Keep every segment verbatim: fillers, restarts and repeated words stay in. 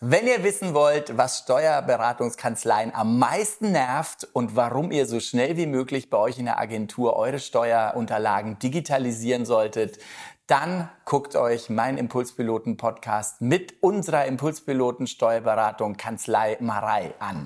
Wenn ihr wissen wollt, was Steuerberatungskanzleien am meisten nervt und warum ihr so schnell wie möglich bei euch in der Agentur eure Steuerunterlagen digitalisieren solltet, dann guckt euch meinen Impulspiloten-Podcast mit unserer Impulspiloten-Steuerberatung Kanzlei Marei an.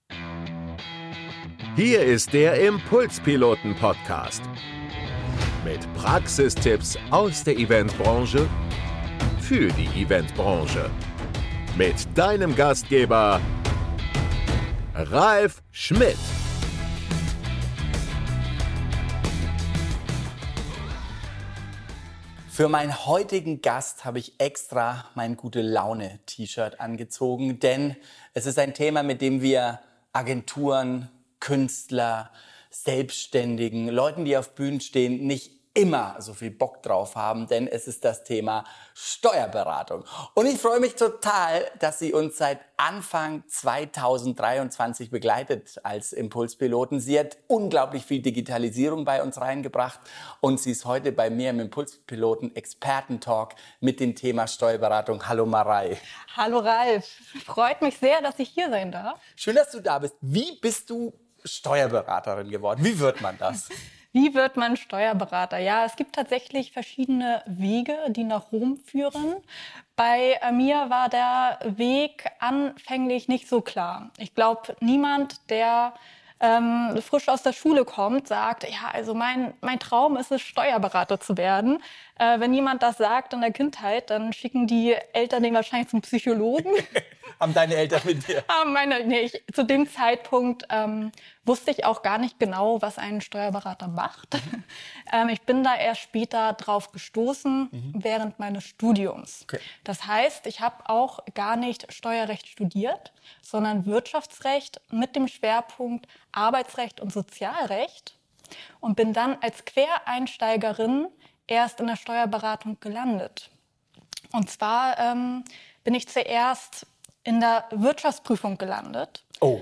Hier ist der Impulspiloten-Podcast mit Praxistipps aus der Eventbranche für die Eventbranche. Mit deinem Gastgeber Ralf Schmidt. Für meinen heutigen Gast habe ich extra mein Gute-Laune-T-Shirt angezogen, denn es ist ein Thema, mit dem wir Agenturen, Künstler, Selbstständigen, Leuten, die auf Bühnen stehen, nicht immer so viel Bock drauf haben, denn es ist das Thema Steuerberatung. Und ich freue mich total, dass sie uns seit Anfang zweitausenddreiundzwanzig begleitet als Impulspiloten. Sie hat unglaublich viel Digitalisierung bei uns reingebracht und sie ist heute bei mir im Impulspiloten Experten-Talk mit dem Thema Steuerberatung. Hallo Marei. Hallo Ralf, freut mich sehr, dass ich hier sein darf. Schön, dass du da bist. Wie bist du Steuerberaterin geworden? Wie wird man das? Wie wird man Steuerberater? Ja, es gibt tatsächlich verschiedene Wege, die nach Rom führen. Bei mir war der Weg anfänglich nicht so klar. Ich glaube, niemand, der ähm, frisch aus der Schule kommt, sagt, ja, also mein, mein Traum ist es, Steuerberater zu werden. Äh, wenn jemand das sagt in der Kindheit, dann schicken die Eltern den wahrscheinlich zum Psychologen. Haben deine Eltern mit dir? Meine, nee, ich, zu dem Zeitpunkt ähm, wusste ich auch gar nicht genau, was ein Steuerberater macht. Mhm. ähm, ich bin da erst später drauf gestoßen, mhm. während meines Studiums. Okay. Das heißt, ich habe auch gar nicht Steuerrecht studiert, sondern Wirtschaftsrecht mit dem Schwerpunkt Arbeitsrecht und Sozialrecht und bin dann als Quereinsteigerin erst in der Steuerberatung gelandet. Und zwar ähm, bin ich zuerst in der Wirtschaftsprüfung gelandet. Oh.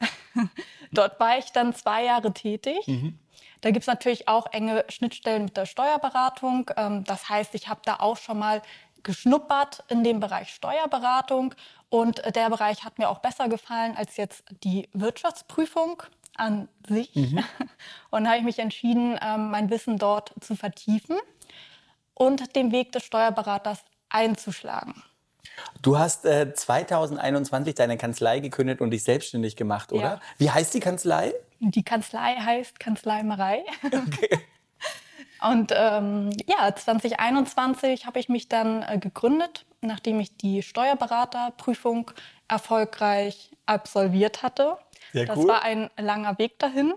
Dort war ich dann zwei Jahre tätig. Mhm. Da gibt's natürlich auch enge Schnittstellen mit der Steuerberatung. Das heißt, ich habe da auch schon mal geschnuppert in dem Bereich Steuerberatung. Und der Bereich hat mir auch besser gefallen als jetzt die Wirtschaftsprüfung an sich. Mhm. Und da habe ich mich entschieden, mein Wissen dort zu vertiefen und den Weg des Steuerberaters einzuschlagen. Du hast äh, zweitausendeinundzwanzig deine Kanzlei gegründet und dich selbstständig gemacht, oder? Ja. Wie heißt die Kanzlei? Die Kanzlei heißt Kanzlei Marei. Okay. Und ähm, ja, zwanzig einundzwanzig habe ich mich dann äh, gegründet, nachdem ich die Steuerberaterprüfung erfolgreich absolviert hatte. Sehr das cool. war ein langer Weg dahin.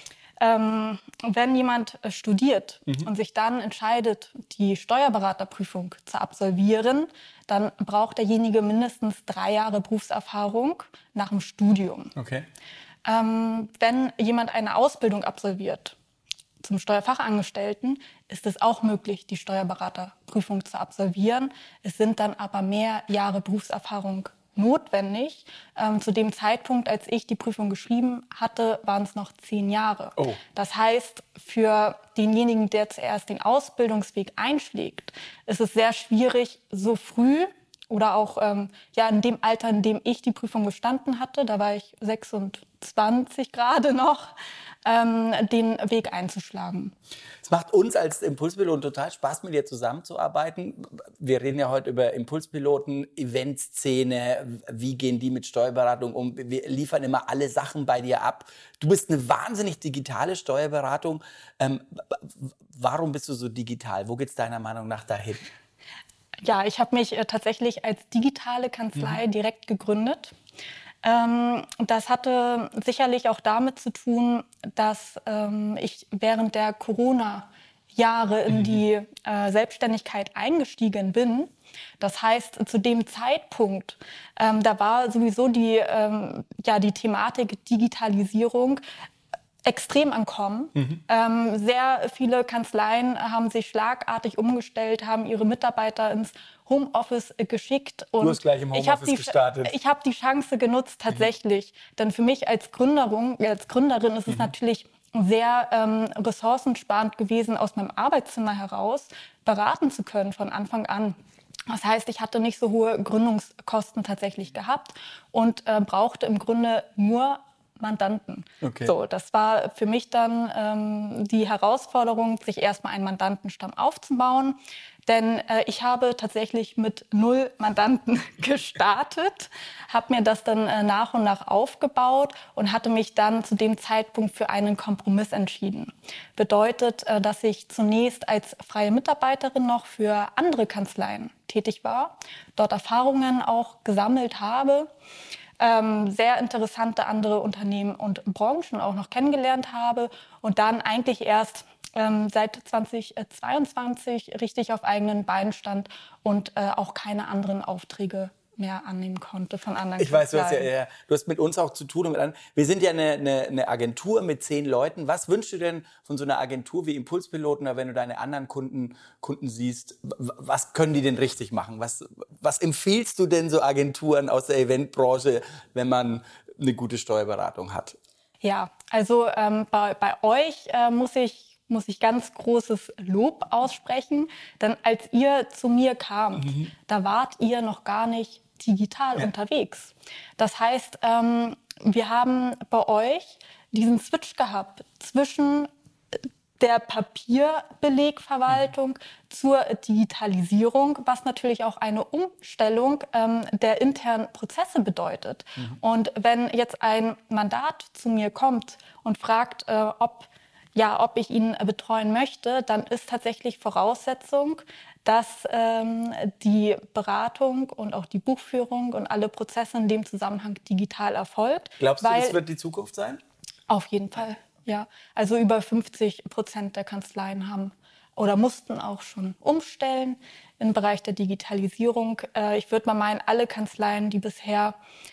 Ähm, wenn jemand äh, studiert mhm. und sich dann entscheidet, die Steuerberaterprüfung zu absolvieren, dann braucht derjenige mindestens drei Jahre Berufserfahrung nach dem Studium. Okay. Ähm, wenn jemand eine Ausbildung absolviert zum Steuerfachangestellten, ist es auch möglich, die Steuerberaterprüfung zu absolvieren. Es sind dann aber mehr Jahre Berufserfahrung notwendig. Ähm, zu dem Zeitpunkt, als ich die Prüfung geschrieben hatte, waren es noch zehn Jahre. Oh. Das heißt, für denjenigen, der zuerst den Ausbildungsweg einschlägt, ist es sehr schwierig, so früh oder auch ähm, ja in dem Alter, in dem ich die Prüfung bestanden hatte, da war ich sechsundzwanzig gerade noch, ähm, den Weg einzuschlagen. Es macht uns als Impulspiloten total Spaß, mit dir zusammenzuarbeiten. Wir reden ja heute über Impulspiloten, Eventszene, wie gehen die mit Steuerberatung um. Wir liefern immer alle Sachen bei dir ab. Du bist eine wahnsinnig digitale Steuerberatung. Ähm, warum bist du so digital? Wo geht's deiner Meinung nach dahin? Ja, ich habe mich äh, tatsächlich als digitale Kanzlei mhm. direkt gegründet. Ähm, das hatte sicherlich auch damit zu tun, dass ähm, ich während der Corona-Jahre in mhm. die äh, Selbstständigkeit eingestiegen bin. Das heißt, zu dem Zeitpunkt, ähm, da war sowieso die, ähm, ja, die Thematik Digitalisierung extrem am Kommen. Mhm. Ähm, sehr viele Kanzleien haben sich schlagartig umgestellt, haben ihre Mitarbeiter ins Homeoffice geschickt. Und du hast gleich im Homeoffice ich die, gestartet. Ich habe die Chance genutzt, tatsächlich. Mhm. Denn für mich als Gründerin, als Gründerin ist mhm. es natürlich sehr ähm, ressourcensparend gewesen, aus meinem Arbeitszimmer heraus beraten zu können von Anfang an. Das heißt, ich hatte nicht so hohe Gründungskosten tatsächlich gehabt und äh, brauchte im Grunde nur Mandanten. Okay. So, das war für mich dann ähm, die Herausforderung, sich erstmal einen Mandantenstamm aufzubauen. Denn äh, ich habe tatsächlich mit null Mandanten gestartet, habe mir das dann äh, nach und nach aufgebaut und hatte mich dann zu dem Zeitpunkt für einen Kompromiss entschieden. Bedeutet, äh, dass ich zunächst als freie Mitarbeiterin noch für andere Kanzleien tätig war, dort Erfahrungen auch gesammelt habe, ähm, sehr interessante andere Unternehmen und Branchen auch noch kennengelernt habe und dann eigentlich erst ähm, seit zweitausendzweiundzwanzig richtig auf eigenen Beinen stand und äh, auch keine anderen Aufträge mehr annehmen konnte von anderen Ich weiß, du hast, ja, Kanzleien. ja, du hast mit uns auch zu tun. Und mit anderen. Wir sind ja eine, eine, eine Agentur mit zehn Leuten. Was wünschst du denn von so einer Agentur wie Impulspiloten, wenn du deine anderen Kunden, Kunden siehst? W- Was können die denn richtig machen? Was, was empfiehlst du denn so Agenturen aus der Eventbranche, wenn man eine gute Steuerberatung hat? Ja, also ähm, bei, bei euch äh, muss ich muss ich ganz großes Lob aussprechen, denn als ihr zu mir kamt, mhm. da wart ihr noch gar nicht digital ja. unterwegs. Das heißt, ähm, wir haben bei euch diesen Switch gehabt zwischen der Papierbelegverwaltung mhm. zur Digitalisierung, was natürlich auch eine Umstellung ähm, der internen Prozesse bedeutet. Mhm. Und wenn jetzt ein Mandat zu mir kommt und fragt, äh, ob ja, ob ich ihn betreuen möchte, dann ist tatsächlich Voraussetzung, dass ähm, die Beratung und auch die Buchführung und alle Prozesse in dem Zusammenhang digital erfolgt. Glaubst du, weil, das wird die Zukunft sein? Auf jeden Fall, ja. Also über fünfzig Prozent der Kanzleien haben oder mussten auch schon umstellen im Bereich der Digitalisierung. Äh, ich würde mal meinen, alle Kanzleien, die bisher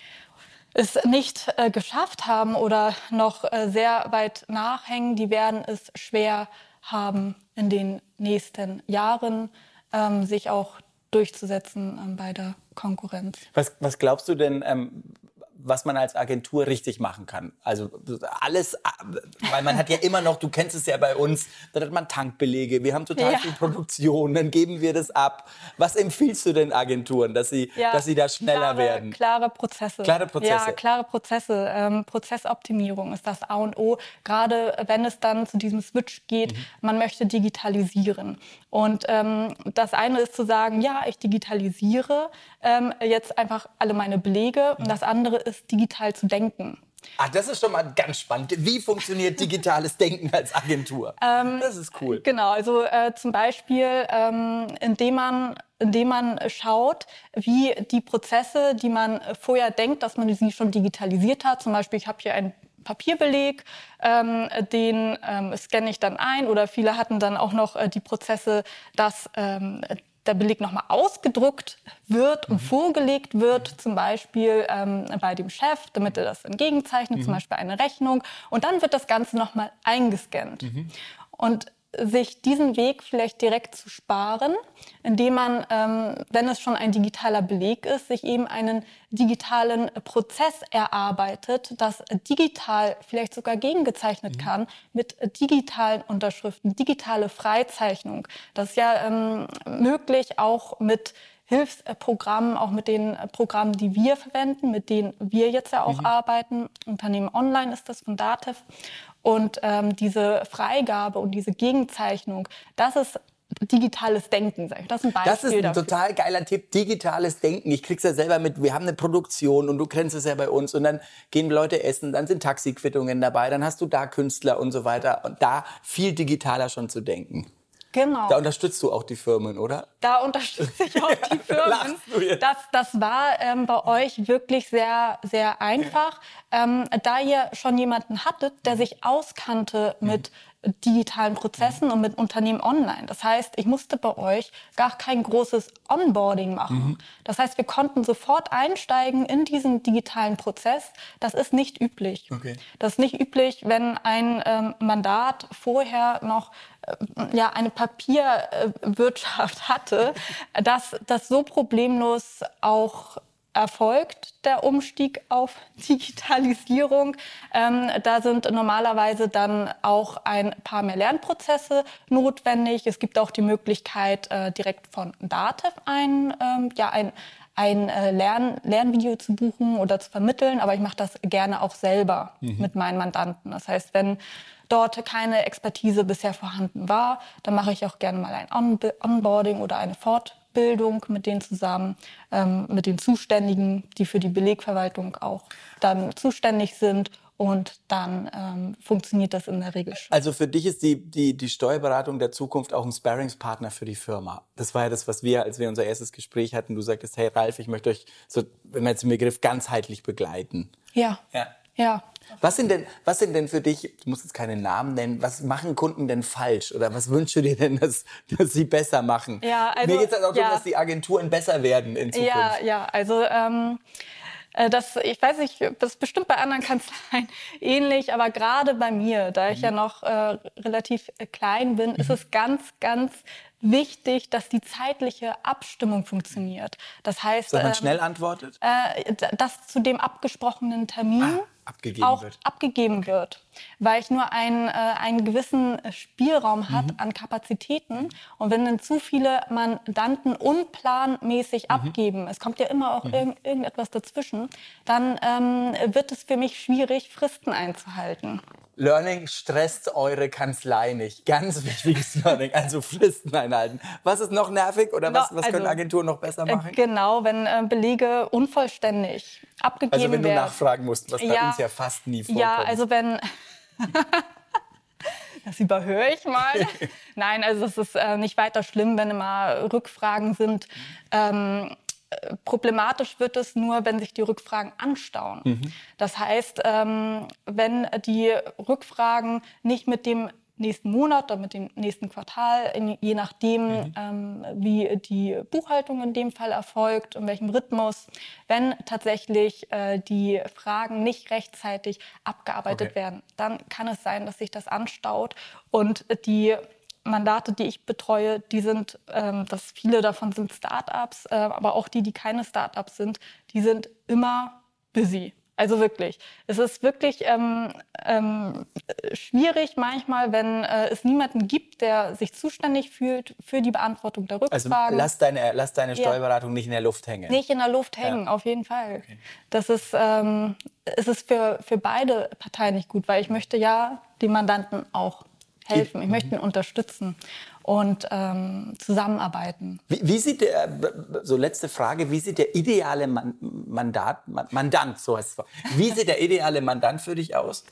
es nicht äh, geschafft haben oder noch äh, sehr weit nachhängen, die werden es schwer haben, in den nächsten Jahren ähm, sich auch durchzusetzen ähm, bei der Konkurrenz. Was, was glaubst du denn, ähm, was man als Agentur richtig machen kann? Also alles, weil man hat ja immer noch, du kennst es ja bei uns, da hat man Tankbelege, wir haben total ja. viel Produktion, dann geben wir das ab. Was empfiehlst du den Agenturen, dass sie, ja, dass sie da schneller klare, werden? Klare Prozesse. Klare Prozesse. Ja, klare Prozesse. Ähm, Prozessoptimierung ist das A und O, gerade wenn es dann zu diesem Switch geht, mhm. man möchte digitalisieren. Und ähm, das eine ist zu sagen, ja, ich digitalisiere ähm, jetzt einfach alle meine Belege. Und das andere ist, digital zu denken. Ach, das ist schon mal ganz spannend. Wie funktioniert digitales Denken als Agentur? Ähm, das ist cool. Genau, also äh, zum Beispiel, ähm, indem man indem man schaut, wie die Prozesse, die man vorher denkt, dass man sie schon digitalisiert hat. Zum Beispiel, ich habe hier einen Papierbeleg, ähm, den ähm, scanne ich dann ein. Oder viele hatten dann auch noch äh, die Prozesse, dass ähm, der Beleg nochmal ausgedruckt wird und mhm. vorgelegt wird, zum Beispiel ähm, bei dem Chef, damit er das entgegenzeichnet, mhm. zum Beispiel eine Rechnung. Und dann wird das Ganze nochmal eingescannt. Mhm. Und sich diesen Weg vielleicht direkt zu sparen, indem man, ähm, wenn es schon ein digitaler Beleg ist, sich eben einen digitalen Prozess erarbeitet, das digital vielleicht sogar gegengezeichnet mhm. kann mit digitalen Unterschriften, digitale Freizeichnung. Das ist ja ähm, möglich auch mit Hilfsprogrammen, auch mit den Programmen, die wir verwenden, mit denen wir jetzt ja auch mhm. arbeiten. Unternehmen Online ist das von Datev. Und ähm, diese Freigabe und diese Gegenzeichnung, das ist digitales Denken, sag ich. Das ist ein Beispiel Das ist ein dafür. total geiler Tipp, digitales Denken. Ich krieg's ja selber mit, wir haben eine Produktion und du kennst es ja bei uns und dann gehen Leute essen, dann sind Taxiquittungen dabei, dann hast du da Künstler und so weiter und da viel digitaler schon zu denken. Genau. Da unterstützt du auch die Firmen, oder? Da unterstütze ich auch die Firmen. Das, das war ähm, bei euch wirklich sehr, sehr einfach, ähm, da ihr schon jemanden hattet, der sich auskannte mit digitalen Prozessen und mit Unternehmen online. Das heißt, ich musste bei euch gar kein großes Onboarding machen. Mhm. Das heißt, wir konnten sofort einsteigen in diesen digitalen Prozess. Das ist nicht üblich. Okay. Das ist nicht üblich, wenn ein ähm, Mandat vorher noch äh, ja, eine Papierwirtschaft hatte, dass das so problemlos auch erfolgt der Umstieg auf Digitalisierung. Ähm, da sind normalerweise dann auch ein paar mehr Lernprozesse notwendig. Es gibt auch die Möglichkeit, äh, direkt von DATEV ein, ähm, ja, ein, ein äh, Lern, Lernvideo zu buchen oder zu vermitteln. Aber ich mache das gerne auch selber mhm. mit meinen Mandanten. Das heißt, wenn dort keine Expertise bisher vorhanden war, dann mache ich auch gerne mal ein On- Onboarding oder eine Fortbildung. Bildung mit denen zusammen, ähm, mit den Zuständigen, die für die Belegverwaltung auch dann zuständig sind. Und dann ähm, funktioniert das in der Regel schon. Also für dich ist die, die, die Steuerberatung der Zukunft auch ein Sparringspartner für die Firma. Das war ja das, was wir, als wir unser erstes Gespräch hatten, du sagtest, hey Ralf, ich möchte euch, so, wenn man jetzt den Begriff ganzheitlich begleiten. Ja, ja. ja. Was sind denn, was sind denn für dich, du musst jetzt keinen Namen nennen, was machen Kunden denn falsch? Oder was wünschst du dir denn, dass, dass sie besser machen? Ja, also, Mir geht es halt auch ja. darum, dass die Agenturen besser werden in Zukunft. Ja, ja, also ähm, das, ich weiß nicht, das ist bestimmt bei anderen Kanzleien ähnlich, aber gerade bei mir, da ich mhm. ja noch äh, relativ klein bin, mhm. ist es ganz, ganz wichtig, dass die zeitliche Abstimmung funktioniert. Das heißt, dass man ähm, schnell antwortet? Äh, dass zu dem abgesprochenen Termin ah, abgegeben auch wird. abgegeben okay. wird. Weil ich nur einen, äh, einen gewissen Spielraum hat mhm. an Kapazitäten. Und wenn dann zu viele Mandanten unplanmäßig mhm. abgeben, es kommt ja immer auch mhm. irg- irgendetwas dazwischen, dann ähm, wird es für mich schwierig, Fristen einzuhalten. Learning, stresst eure Kanzlei nicht. Ganz wichtiges Learning, also Fristen einhalten. Was ist noch nervig oder was, was also, können Agenturen noch besser machen? Äh, genau, wenn äh, Belege unvollständig abgegeben werden. Also wenn du werden. nachfragen musst, was bei ja, uns ja fast nie vorkommt. Ja, also wenn... Das überhöre ich mal. Nein, also es ist äh, nicht weiter schlimm, wenn immer Rückfragen sind. Ähm, Problematisch wird es nur, wenn sich die Rückfragen anstauen. Mhm. Das heißt, ähm, wenn die Rückfragen nicht mit dem nächsten Monat oder mit dem nächsten Quartal, in, je nachdem, mhm. ähm, wie die Buchhaltung in dem Fall erfolgt, in welchem Rhythmus, wenn tatsächlich äh, die Fragen nicht rechtzeitig abgearbeitet okay. werden, dann kann es sein, dass sich das anstaut und die Mandate, die ich betreue, die sind, ähm, dass viele davon sind Start-ups, äh, aber auch die, die keine Start-ups sind, die sind immer busy. Also wirklich. Es ist wirklich ähm, ähm, schwierig manchmal, wenn äh, es niemanden gibt, der sich zuständig fühlt für die Beantwortung der Rückfragen. Also lass deine, lass deine Steuerberatung ja. nicht in der Luft hängen. Nicht in der Luft hängen, ja. auf jeden Fall. Okay. Das ist, ähm, es ist für, für beide Parteien nicht gut, weil ich möchte ja die Mandanten auch helfen. Ich möchte ihn unterstützen und ähm, zusammenarbeiten. Wie, wie sieht der, so letzte Frage, wie sieht der ideale Man, Mandat, Mandant, so heißt es, wie sieht der ideale Mandant für dich aus?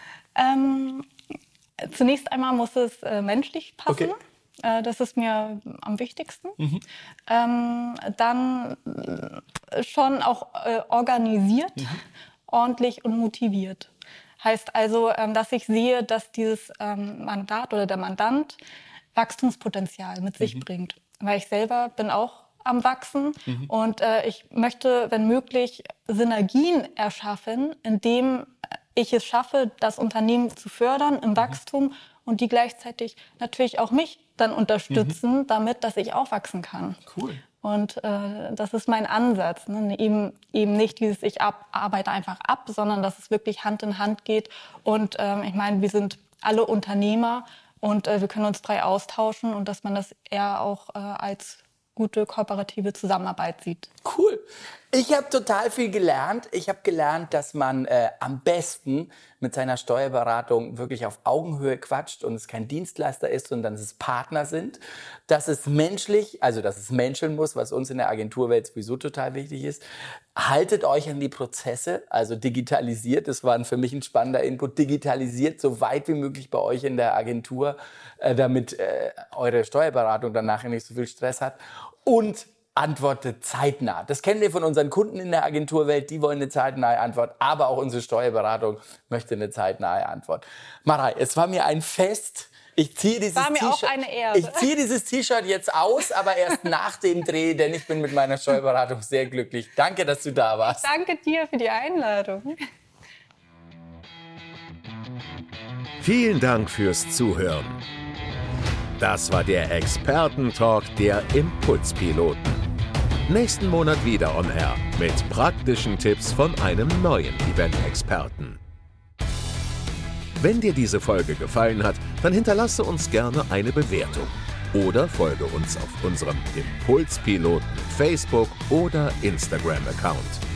Ähm, zunächst einmal muss es äh, menschlich passen. Okay. Äh, das ist mir am wichtigsten. Mhm. Ähm, dann äh, schon auch äh, organisiert, mhm. ordentlich und motiviert. Heißt also, dass ich sehe, dass dieses Mandat oder der Mandant Wachstumspotenzial mit sich mhm. bringt. Weil ich selber bin auch am Wachsen mhm. und ich möchte, wenn möglich, Synergien erschaffen, indem ich es schaffe, das Unternehmen zu fördern im mhm. Wachstum und die gleichzeitig natürlich auch mich dann unterstützen, mhm. damit, dass ich auch wachsen kann. Cool. Und äh, das ist mein Ansatz, ne? eben, eben nicht dieses ich ab, arbeite einfach ab, sondern dass es wirklich Hand in Hand geht. Und ähm, ich meine, wir sind alle Unternehmer und äh, wir können uns frei austauschen und dass man das eher auch äh, als gute kooperative Zusammenarbeit sieht. Cool. Ich habe total viel gelernt. Ich habe gelernt, dass man äh, am besten mit seiner Steuerberatung wirklich auf Augenhöhe quatscht und es kein Dienstleister ist, sondern dass es Partner sind. Dass es menschlich, also dass es menscheln muss, was uns in der Agenturwelt sowieso total wichtig ist. Haltet euch an die Prozesse, also digitalisiert. Das war für mich ein spannender Input. Digitalisiert so weit wie möglich bei euch in der Agentur, äh, damit äh, eure Steuerberatung dann nachher nicht so viel Stress hat. Und antwortet zeitnah. Das kennen wir von unseren Kunden in der Agenturwelt. Die wollen eine zeitnahe Antwort. Aber auch unsere Steuerberatung möchte eine zeitnahe Antwort. Marei, es war mir ein Fest. Ich ziehe dieses war mir T-Shirt, auch eine Ehre. Ich ziehe dieses T-Shirt jetzt aus, aber erst nach dem Dreh, denn ich bin mit meiner Steuerberatung sehr glücklich. Danke, dass du da warst. Ich danke dir für die Einladung. Vielen Dank fürs Zuhören. Das war der Expertentalk der Impulspiloten. Nächsten Monat wieder on air mit praktischen Tipps von einem neuen Event-Experten. Wenn dir diese Folge gefallen hat, dann hinterlasse uns gerne eine Bewertung oder folge uns auf unserem Impulspiloten Facebook- oder Instagram-Account.